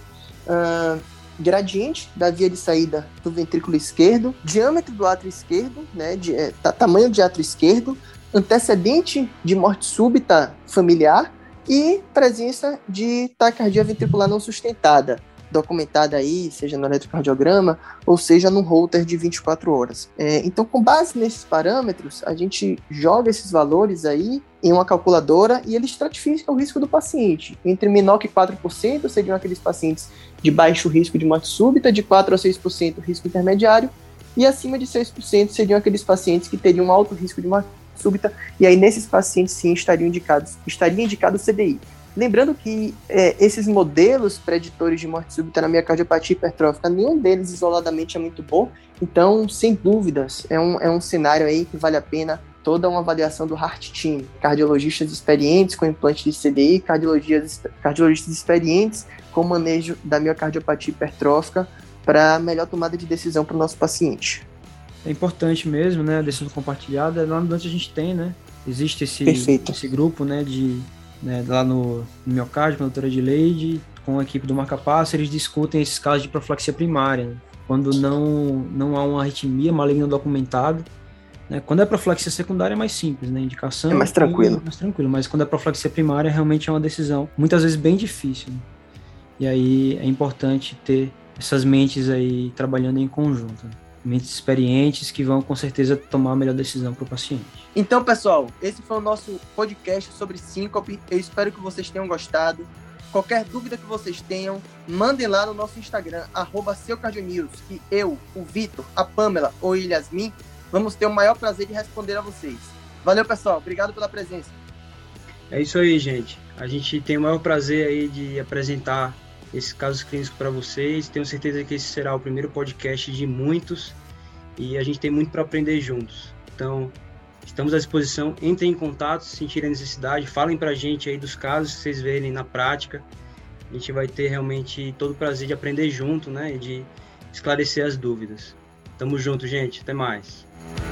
[SPEAKER 2] gradiente da via de saída do ventrículo esquerdo, diâmetro do átrio esquerdo, né? Tamanho de átrio esquerdo, antecedente de morte súbita familiar e presença de taquicardia ventricular não sustentada, documentada aí, seja no eletrocardiograma ou seja no Holter de 24 horas. Então, com base nesses parâmetros, a gente joga esses valores aí em uma calculadora e ele estratifica o risco do paciente. Entre menor que 4% seriam aqueles pacientes de baixo risco de morte súbita, de 4% a 6% risco intermediário, e acima de 6% seriam aqueles pacientes que teriam alto risco de morte súbita, e aí nesses pacientes sim estaria indicado o CDI. Lembrando que esses modelos preditores de morte súbita na miocardiopatia hipertrófica, nenhum deles isoladamente é muito bom, então, sem dúvidas, é um cenário aí que vale a pena toda uma avaliação do Heart Team, cardiologistas experientes com implante de CDI, cardiologistas experientes com manejo da miocardiopatia hipertrófica para melhor tomada de decisão para o nosso paciente.
[SPEAKER 1] É importante mesmo, né, a decisão compartilhada. Lá no Dante a gente tem, né, existe esse grupo, né, lá no miocárdio, com a doutora Edileide, com a equipe do Marca-Passo, eles discutem esses casos de profilaxia primária, né, quando não há uma arritmia maligna documentada, né, quando é profilaxia secundária é mais simples, né, indicação
[SPEAKER 2] é mais tranquilo,
[SPEAKER 1] mas quando é profilaxia primária realmente é uma decisão, muitas vezes bem difícil, né, e aí é importante ter essas mentes aí trabalhando em conjunto, né? Mentes experientes que vão com certeza tomar a melhor decisão para o paciente.
[SPEAKER 2] Então, pessoal, esse foi o nosso podcast sobre síncope. Eu espero que vocês tenham gostado. Qualquer dúvida que vocês tenham, mandem lá no nosso Instagram, @SeuCardioNews, que eu, o Vitor, a Pamela ou a Yasmin vamos ter o maior prazer de responder a vocês. Valeu, pessoal. Obrigado pela presença.
[SPEAKER 3] É isso aí, gente. A gente tem o maior prazer aí de apresentar esses casos clínicos para vocês. Tenho certeza que esse será o primeiro podcast de muitos e a gente tem muito para aprender juntos. Então, estamos à disposição. Entrem em contato, se sentirem a necessidade, falem para a gente aí dos casos que vocês verem na prática. A gente vai ter realmente todo o prazer de aprender junto, né, e de esclarecer as dúvidas. Tamo junto, gente. Até mais.